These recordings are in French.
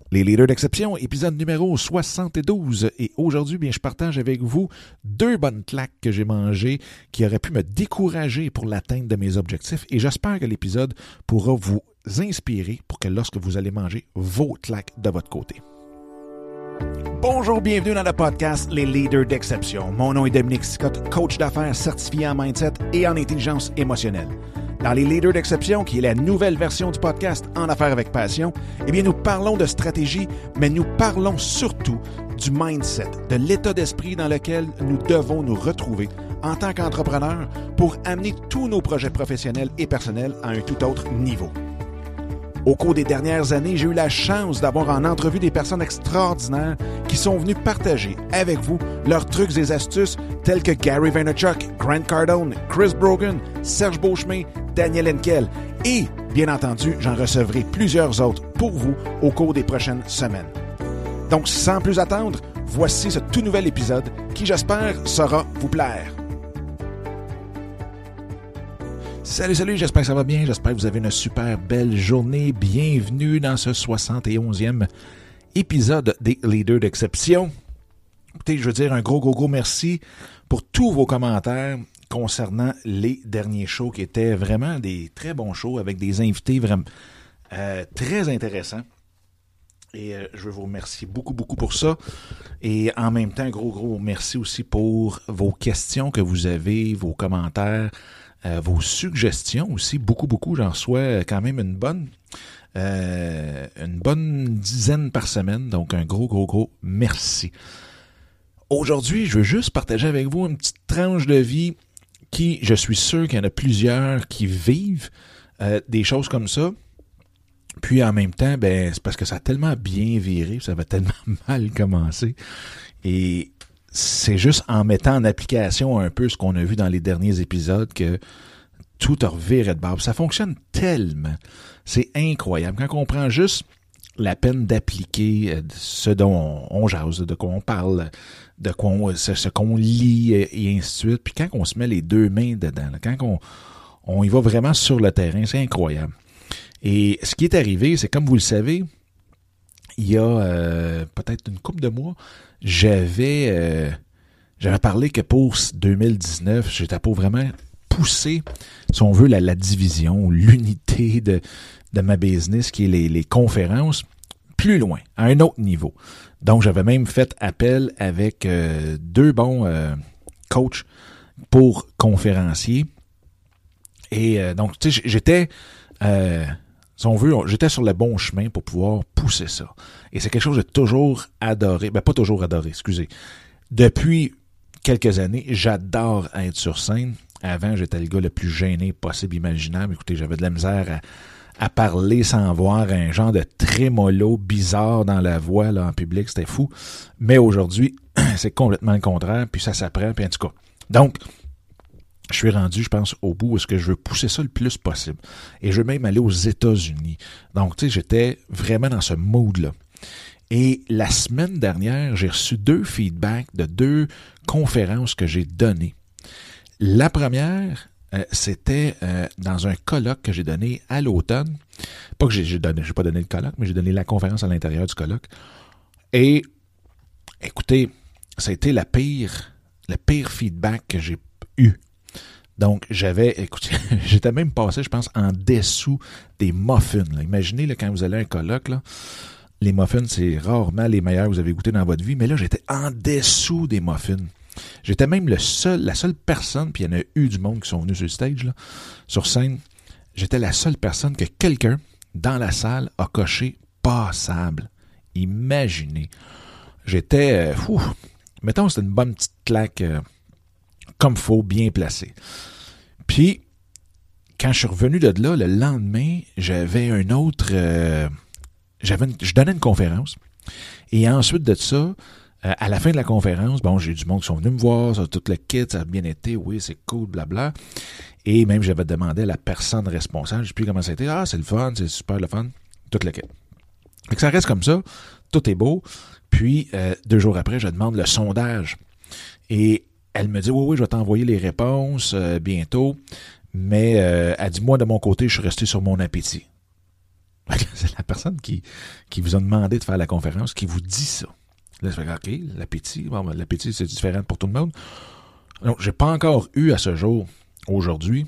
Les leaders d'exception, épisode numéro 72. Et aujourd'hui, bien, je partage avec vous 2 bonnes claques que j'ai mangées qui auraient pu me décourager pour l'atteinte de mes objectifs. Et j'espère que l'épisode pourra vous inspirer pour que lorsque vous allez manger vos claques de votre côté. Bonjour, bienvenue dans le podcast Les leaders d'exception. Mon nom est Dominique Scott, coach d'affaires certifié en mindset et en intelligence émotionnelle. Dans Les leaders d'exception, qui est la nouvelle version du podcast En affaires avec passion, eh bien, nous parlons de stratégie, mais nous parlons surtout du mindset, de l'état d'esprit dans lequel nous devons nous retrouver en tant qu'entrepreneurs pour amener tous nos projets professionnels et personnels à un tout autre niveau. Au cours des dernières années, j'ai eu la chance d'avoir en entrevue des personnes extraordinaires qui sont venues partager avec vous leurs trucs et astuces tels que Gary Vaynerchuk, Grant Cardone, Chris Brogan, Serge Beauchemin, Daniel Henkel et, bien entendu, j'en recevrai plusieurs autres pour vous au cours des prochaines semaines. Donc, sans plus attendre, voici ce tout nouvel épisode qui, j'espère, saura vous plaire. Salut, j'espère que ça va bien, j'espère que vous avez une super belle journée. Bienvenue dans ce 71e épisode des Leaders d'exception. Écoutez, je veux dire un gros merci pour tous vos commentaires concernant les derniers shows qui étaient vraiment des très bons shows avec des invités vraiment très intéressants. Et je veux vous remercier beaucoup pour ça. Et en même temps, gros merci aussi pour vos questions que vous avez, vos commentaires, vos suggestions aussi, beaucoup. J'en reçois quand même une bonne dizaine par semaine. Donc, un gros merci. Aujourd'hui, je veux juste partager avec vous une petite tranche de vie qui, je suis sûr qu'il y en a plusieurs qui vivent des choses comme ça. Puis en même temps, ben c'est parce que ça a tellement bien viré, ça va tellement mal commencer. Et c'est juste en mettant en application un peu ce qu'on a vu dans les derniers épisodes que tout a reviré de bord. Ça fonctionne tellement. C'est incroyable. Quand on prend juste la peine d'appliquer ce dont on jase, de quoi on parle, de quoi ce qu'on lit et ainsi de suite. Puis quand on se met les 2 mains dedans, là, quand on y va vraiment sur le terrain, c'est incroyable. Et ce qui est arrivé, c'est comme vous le savez, il y a peut-être une couple de mois, j'avais parlé que pour 2019, j'étais pour vraiment pousser, si on veut, la division, l'unité de ma business, qui est les conférences, plus loin, à un autre niveau. Donc, j'avais même fait appel avec 2 bons coachs pour conférenciers. Et donc, tu sais, j'étais... si on veut, j'étais sur le bon chemin pour pouvoir pousser ça. Et c'est quelque chose que j'ai toujours adoré. Ben, pas toujours adoré, excusez. Depuis quelques années, j'adore être sur scène. Avant, j'étais le gars le plus gêné possible, imaginable. Écoutez, j'avais de la misère à parler sans voir un genre de trémolo bizarre dans la voix là, en public. C'était fou. Mais aujourd'hui, c'est complètement le contraire. Puis ça s'apprend. Puis en tout cas. Donc, je suis rendu, je pense, au bout où est-ce que je veux pousser ça le plus possible. Et je veux même aller aux États-Unis. Donc, tu sais, j'étais vraiment dans ce mood-là. Et la semaine dernière, j'ai reçu 2 feedbacks de 2 conférences que j'ai données. La première, c'était dans un colloque que j'ai donné à l'automne. Pas que j'ai pas donné le colloque, mais j'ai donné la conférence à l'intérieur du colloque. Et, écoutez, ça a été le pire feedback que j'ai eu. Donc, j'étais même passé, je pense, en dessous des muffins. Là. Imaginez, là, quand vous allez à un colloque, là, les muffins, c'est rarement les meilleurs que vous avez goûté dans votre vie, mais là, j'étais en dessous des muffins. J'étais même la seule personne, puis il y en a eu du monde qui sont venus sur le stage, là, sur scène, j'étais la seule personne que quelqu'un dans la salle a coché passable. Imaginez. J'étais, mettons, c'était une bonne petite claque comme faut, bien placée. Puis, quand je suis revenu de là, le lendemain, j'avais un autre... je donnais une conférence. Et ensuite de ça, à la fin de la conférence, bon, j'ai du monde qui sont venus me voir, ça, tout le kit, ça a bien été, oui, c'est cool, blabla. Et même, j'avais demandé à la personne responsable, je sais plus comment ça a été, c'est le fun, c'est super le fun, tout le kit. Fait que ça reste comme ça, tout est beau. Puis, 2 jours après, je demande le sondage. Et elle me dit, oui, je vais t'envoyer les réponses bientôt. Mais elle dit, moi, de mon côté, je suis resté sur mon appétit. C'est la personne qui vous a demandé de faire la conférence, qui vous dit ça. Là, je fais, OK, l'appétit, bon, ben, l'appétit, c'est différent pour tout le monde. Donc, j'ai pas encore eu à ce jour, aujourd'hui,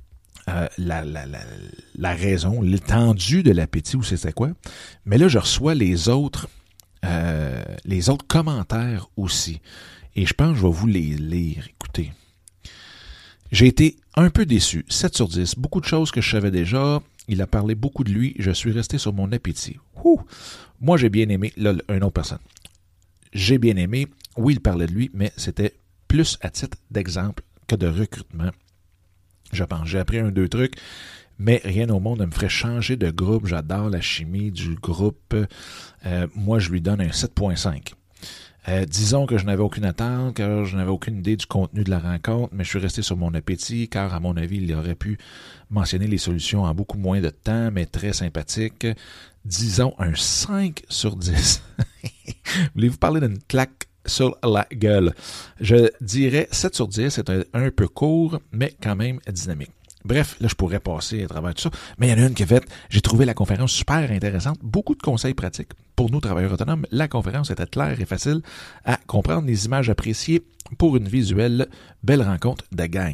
la raison, l'étendue de l'appétit ou c'est quoi. Mais là, je reçois les autres commentaires aussi. Et je pense que je vais vous les lire. Écoutez. J'ai été un peu déçu. 7 sur 10. Beaucoup de choses que je savais déjà. Il a parlé beaucoup de lui. Je suis resté sur mon appétit. Ouh! Moi, j'ai bien aimé. Là, une autre personne. J'ai bien aimé. Oui, il parlait de lui, mais c'était plus à titre d'exemple que de recrutement. Je pense. J'ai appris 2 trucs, mais rien au monde ne me ferait changer de groupe. J'adore la chimie du groupe. Moi, je lui donne un 7.5. Disons que je n'avais aucune attente, que je n'avais aucune idée du contenu de la rencontre, mais je suis resté sur mon appétit, car à mon avis, il aurait pu mentionner les solutions en beaucoup moins de temps, mais très sympathique. Disons un 5 sur 10. Voulez-vous parler d'une claque sur la gueule? Je dirais 7 sur 10, c'est un peu court, mais quand même dynamique. Bref, là, je pourrais passer à travers tout ça, mais il y en a une qui a fait, j'ai trouvé la conférence super intéressante, beaucoup de conseils pratiques. Pour nous, travailleurs autonomes, la conférence était claire et facile à comprendre, les images appréciées pour une visuelle, belle rencontre de gang.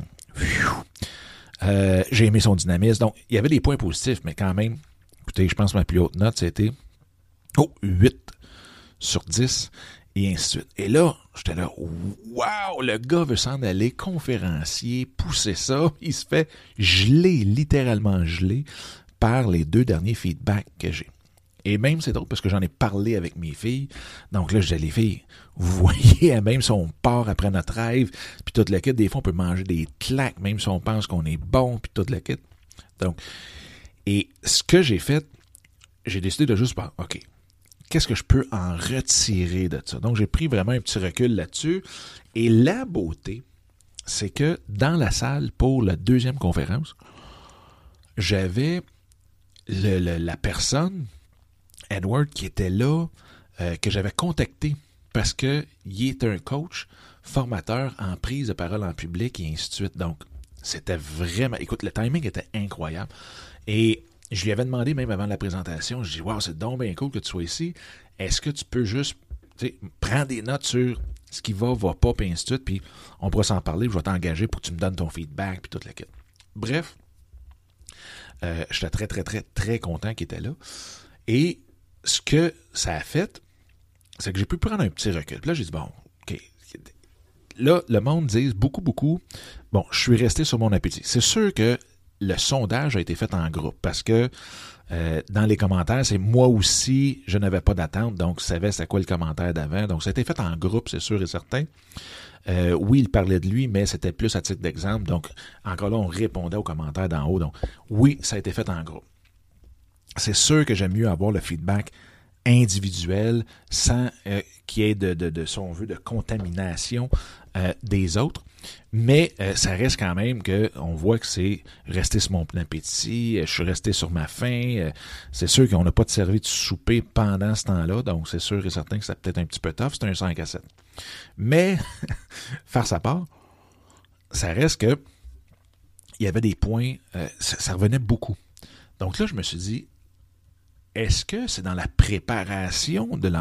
J'ai aimé son dynamisme, donc il y avait des points positifs, mais quand même, écoutez, je pense que ma plus haute note, c'était 8 sur 10. Et ainsi de suite. Et là, j'étais là, wow, le gars veut s'en aller, conférencier, pousser ça. Il se fait geler, littéralement geler, par les 2 derniers feedbacks que j'ai. Et même, c'est drôle parce que j'en ai parlé avec mes filles. Donc là, je disais, les filles, vous voyez, même si on part après notre rêve, puis toute la kit, des fois, on peut manger des claques, même si on pense qu'on est bon, puis toute la kit. Donc, et ce que j'ai fait, j'ai décidé de juste, OK, qu'est-ce que je peux en retirer de ça? Donc, j'ai pris vraiment un petit recul là-dessus. Et la beauté, c'est que dans la salle pour la 2e conférence, j'avais la personne, Edward, qui était là, que j'avais contacté parce qu'il est un coach, formateur en prise de parole en public et ainsi de suite. Donc, c'était vraiment... Écoute, le timing était incroyable. Et je lui avais demandé, même avant la présentation, je dis, wow, c'est donc bien cool que tu sois ici. Est-ce que tu peux juste prendre des notes sur ce qui va pas, puis ainsi de suite, puis on pourra s'en parler, je vais t'engager pour que tu me donnes ton feedback, puis toute la quête. Bref, j'étais très, très, très, très content qu'il était là. Et ce que ça a fait, c'est que j'ai pu prendre un petit recul. Puis là, j'ai dit, bon, OK. Là, le monde dit beaucoup, bon, je suis resté sur mon appétit. C'est sûr que le sondage a été fait en groupe parce que dans les commentaires, c'est moi aussi, je n'avais pas d'attente, donc je savais c'est quoi le commentaire d'avant. Donc, ça a été fait en groupe, c'est sûr et certain. Oui, il parlait de lui, mais c'était plus à titre d'exemple. Donc, encore là, on répondait aux commentaires d'en haut. Donc, oui, ça a été fait en groupe. C'est sûr que j'aime mieux avoir le feedback individuel sans qu'il y ait si on veut, de contamination des autres. Mais ça reste quand même qu'on voit que c'est resté sur mon appétit, je suis resté sur ma faim. C'est sûr qu'on n'a pas de servi de souper pendant ce temps-là, donc c'est sûr et certain que c'est peut-être un petit peu tough, c'est un 5 à 7. Mais, faire sa part, ça reste que il y avait des points, ça revenait beaucoup. Donc là, je me suis dit, est-ce que c'est dans la préparation de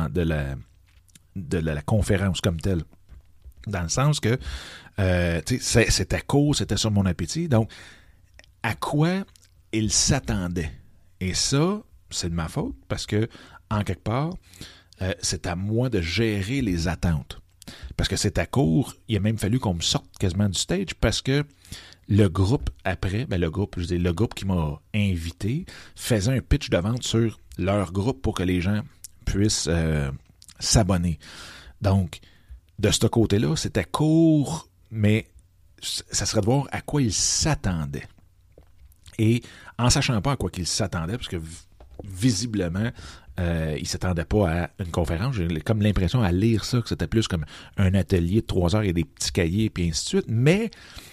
la conférence comme telle? Dans le sens que c'était court, c'était sur mon appétit. Donc, à quoi il s'attendait? Et ça, c'est de ma faute parce que, en quelque part, c'est à moi de gérer les attentes. Parce que c'était court, il a même fallu qu'on me sorte quasiment du stage parce que le groupe après, le groupe qui m'a invité faisait un pitch de vente sur leur groupe pour que les gens puissent s'abonner. Donc, de ce côté-là, c'était court, mais ça serait de voir à quoi ils s'attendaient. Et en sachant pas à quoi ils s'attendaient, parce que visiblement, ils ne s'attendaient pas à une conférence, j'ai comme l'impression à lire ça, que c'était plus comme un atelier de 3 heures et des petits cahiers, puis ainsi de suite, mais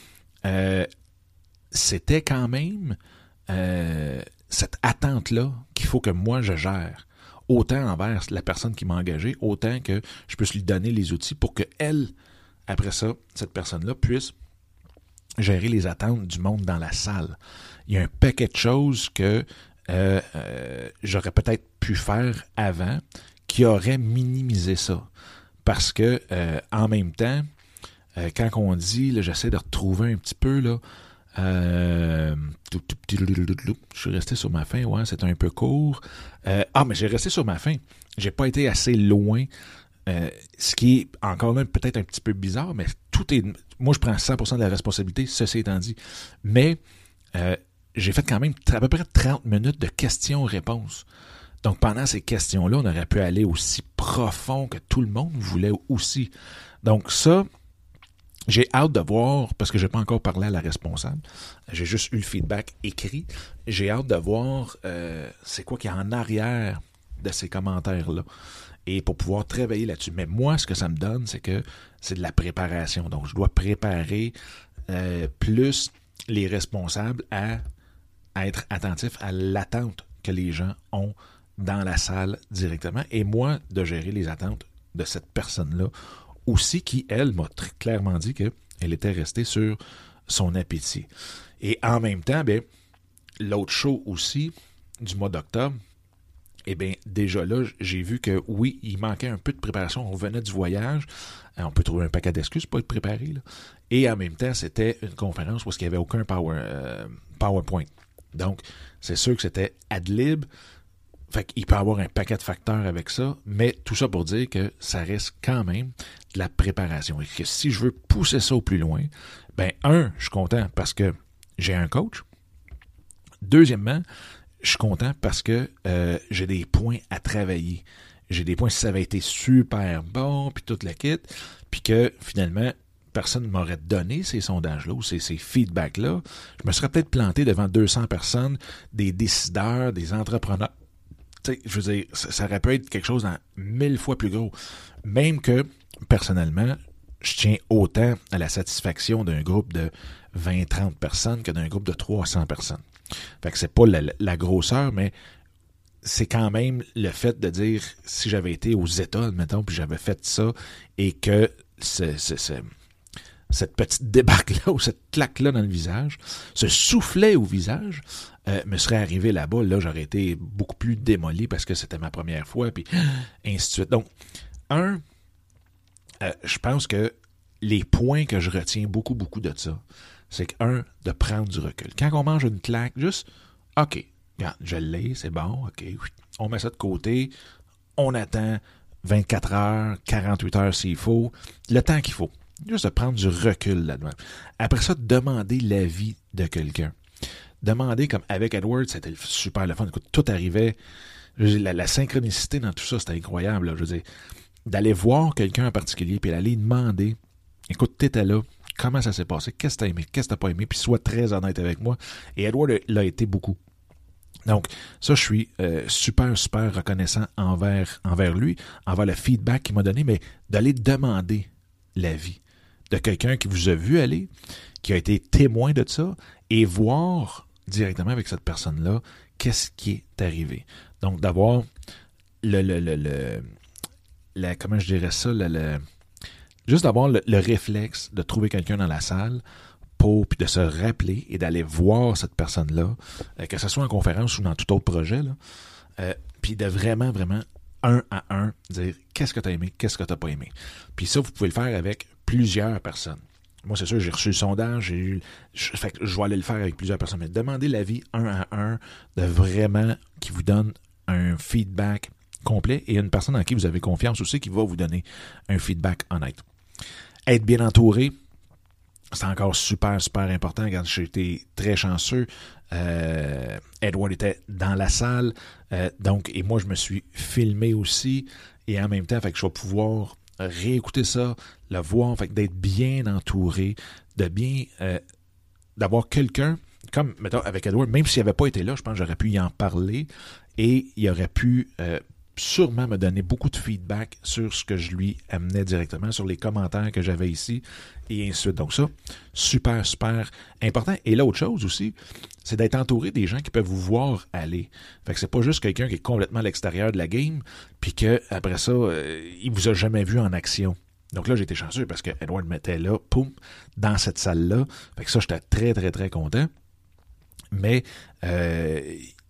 c'était quand même cette attente-là qu'il faut que moi je gère, autant envers la personne qui m'a engagé, autant que je puisse lui donner les outils pour que elle, après ça, cette personne-là puisse gérer les attentes du monde dans la salle. Il y a un paquet de choses que j'aurais peut-être pu faire avant qui aurait minimisé ça. Parce que en même temps, quand on dit, là, j'essaie de retrouver un petit peu, là, je suis resté sur ma fin, ouais, c'est un peu court. Mais j'ai resté sur ma fin. J'ai pas été assez loin. Ce qui est encore même peut-être un petit peu bizarre, mais tout est... Moi, je prends 100% de la responsabilité, ceci étant dit. Mais j'ai fait quand même à peu près 30 minutes de questions-réponses. Donc, pendant ces questions-là, on aurait pu aller aussi profond que tout le monde voulait aussi. Donc, ça, j'ai hâte de voir, parce que je n'ai pas encore parlé à la responsable, j'ai juste eu le feedback écrit. J'ai hâte de voir c'est quoi qu'il y a en arrière de ces commentaires-là. Et pour pouvoir travailler là-dessus. Mais moi, ce que ça me donne, c'est que c'est de la préparation. Donc, je dois préparer plus les responsables à être attentifs à l'attente que les gens ont dans la salle directement. Et moi, de gérer les attentes de cette personne-là aussi, qui, elle, m'a très clairement dit qu'elle était restée sur son appétit. Et en même temps, bien, l'autre show aussi, du mois d'octobre, eh bien, déjà là, j'ai vu que oui, il manquait un peu de préparation. On revenait du voyage. On peut trouver un paquet d'excuses pour être préparé, là. Et en même temps, c'était une conférence où il n'y avait aucun PowerPoint. Donc, c'est sûr que c'était ad lib. Fait qu'il peut y avoir un paquet de facteurs avec ça, mais tout ça pour dire que ça reste quand même de la préparation. Et que si je veux pousser ça au plus loin, ben, je suis content parce que j'ai un coach. Deuxièmement, je suis content parce que j'ai des points à travailler. J'ai des points si ça avait été super bon, puis toute la kit, puis que finalement, personne ne m'aurait donné ces sondages-là ou ces feedbacks-là. Je me serais peut-être planté devant 200 personnes, des décideurs, des entrepreneurs. Tu sais, je veux dire, ça aurait pu être quelque chose de 1000 fois plus gros. Même que, personnellement, je tiens autant à la satisfaction d'un groupe de 20-30 personnes que d'un groupe de 300 personnes. Fait que c'est pas la grosseur, mais c'est quand même le fait de dire, si j'avais été aux États, admettons, puis j'avais fait ça, et que cette petite débarque-là, ou cette claque-là dans le visage, ce soufflet au visage, me serait arrivé là-bas, là, j'aurais été beaucoup plus démoli parce que c'était ma première fois, puis ainsi de suite. Donc, je pense que les points que je retiens beaucoup de ça, c'est que, de prendre du recul. Quand on mange une claque, juste, OK, regarde, je l'ai, c'est bon, OK, on met ça de côté, on attend 24 heures, 48 heures s'il faut, le temps qu'il faut. Juste de prendre du recul là-dedans. Après ça, demander l'avis de quelqu'un. Demander, comme avec Edward, c'était super le fun. Écoute, tout arrivait. La synchronicité dans tout ça, c'était incroyable. Là. Je veux dire, d'aller voir quelqu'un en particulier, puis d'aller demander, écoute, t'étais là, comment ça s'est passé, qu'est-ce que t'as aimé, qu'est-ce que t'as pas aimé, puis sois très honnête avec moi. Et Edward l'a été beaucoup. Donc, ça, je suis super reconnaissant envers lui, envers le feedback qu'il m'a donné, mais d'aller demander l'avis de quelqu'un qui vous a vu aller, qui a été témoin de ça, et voir directement avec cette personne-là qu'est-ce qui est arrivé. Donc, d'avoir comment je dirais ça, juste d'avoir le réflexe de trouver quelqu'un dans la salle puis de se rappeler et d'aller voir cette personne-là, que ce soit en conférence ou dans tout autre projet, là, puis de vraiment, un à un, dire qu'est-ce que tu as aimé, qu'est-ce que tu n'as pas aimé. Puis ça, vous pouvez le faire avec plusieurs personnes. Moi, c'est sûr, j'ai reçu le sondage, fait que je vais aller le faire avec plusieurs personnes, mais demandez l'avis un à un de vraiment qui vous donne un feedback complet et une personne en qui vous avez confiance aussi qui va vous donner un feedback honnête. Être bien entouré, c'est encore super important. Regarde, j'ai été très chanceux. Edward était dans la salle. Donc, et moi, je me suis filmé aussi. Et en même temps, fait que je vais pouvoir réécouter ça, le voir, fait que d'être bien entouré, d'avoir quelqu'un, comme, mettons, avec Edward, même s'il n'avait pas été là, je pense que j'aurais pu y en parler et il aurait pu sûrement me donner beaucoup de feedback sur ce que je lui amenais directement, sur les commentaires que j'avais ici, et ainsi de suite. Donc ça, super important. Et l'autre chose aussi, c'est d'être entouré des gens qui peuvent vous voir aller. Fait que c'est pas juste quelqu'un qui est complètement à l'extérieur de la game, puis que après ça, il vous a jamais vu en action. Donc là, j'ai été chanceux parce que Edward m'était là, poum, dans cette salle-là. Fait que ça, j'étais très content. Mais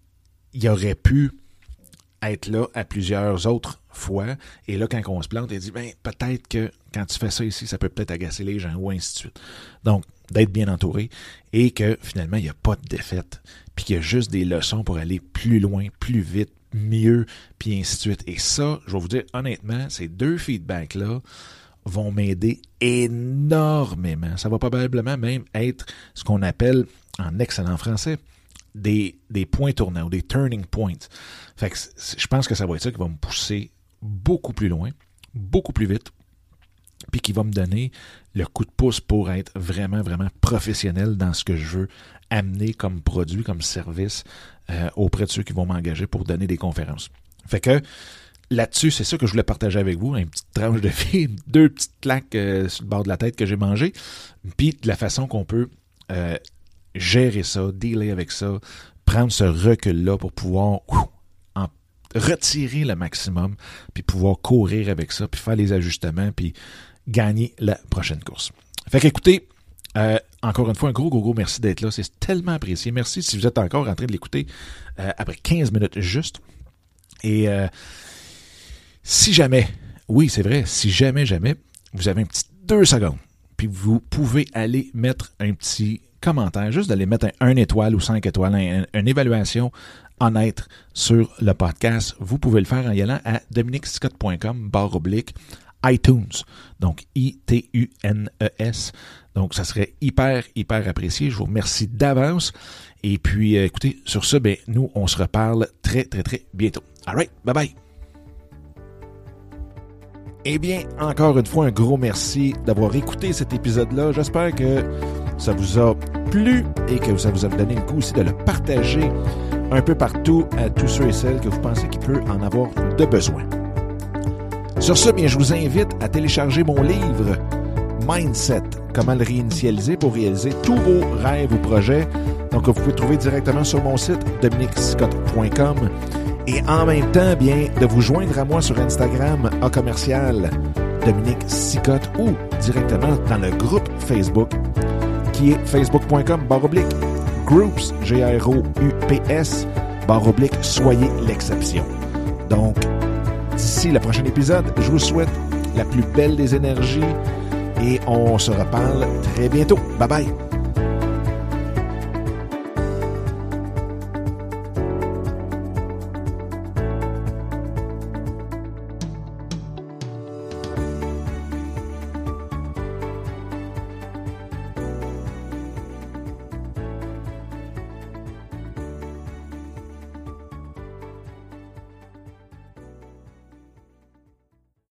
il aurait pu être là à plusieurs autres fois. Et là, quand on se plante, il dit, peut-être que quand tu fais ça ici, ça peut peut-être agacer les gens, ou ainsi de suite. Donc, d'être bien entouré et que finalement, il n'y a pas de défaite, puis qu'il y a juste des leçons pour aller plus loin, plus vite, mieux, puis ainsi de suite. Et ça, je vais vous dire honnêtement, ces 2 feedbacks-là vont m'aider énormément. Ça va probablement même être ce qu'on appelle, en excellent français, des points tournants ou des turning points. Fait que je pense que ça va être ça qui va me pousser beaucoup plus loin, beaucoup plus vite, puis qui va me donner le coup de pouce pour être vraiment, vraiment professionnel dans ce que je veux amener comme produit, comme service auprès de ceux qui vont m'engager pour donner des conférences. Fait que là-dessus, c'est ça que je voulais partager avec vous, une petite tranche de vie, 2 petites claques sur le bord de la tête que j'ai mangé, puis de la façon qu'on peut gérer ça, dealer avec ça, prendre ce recul-là pour pouvoir en retirer le maximum, puis pouvoir courir avec ça, puis faire les ajustements, puis gagner la prochaine course. Fait qu'écoutez, encore une fois, un gros merci d'être là. C'est tellement apprécié. Merci si vous êtes encore en train de l'écouter après 15 minutes juste. Et si jamais, oui, c'est vrai, si jamais, vous avez un petit 2 secondes, puis vous pouvez aller mettre un petit commentaire, juste d'aller mettre un étoile ou 5 étoiles, une évaluation honnête sur le podcast, vous pouvez le faire en y allant à dominicscott.com/iTunes. Donc, ITUNES. Donc, ça serait hyper apprécié. Je vous remercie d'avance. Et puis, écoutez, sur ce, nous, on se reparle très bientôt. All right, bye-bye. Eh bien, encore une fois, un gros merci d'avoir écouté cet épisode-là. J'espère que ça vous a plu et que ça vous a donné le goût aussi de le partager un peu partout à tous ceux et celles que vous pensez qu'il peut en avoir de besoin. Sur ce, je vous invite à télécharger mon livre Mindset, comment le réinitialiser pour réaliser tous vos rêves ou projets. Donc, vous pouvez le trouver directement sur mon site dominicscott.com et en même temps, de vous joindre à moi sur Instagram @Dominique Sicotte ou directement dans le groupe Facebook qui est facebook.com/groups, GROUPS, /soyez l'exception. Donc, d'ici le prochain épisode, je vous souhaite la plus belle des énergies et on se reparle très bientôt. Bye bye!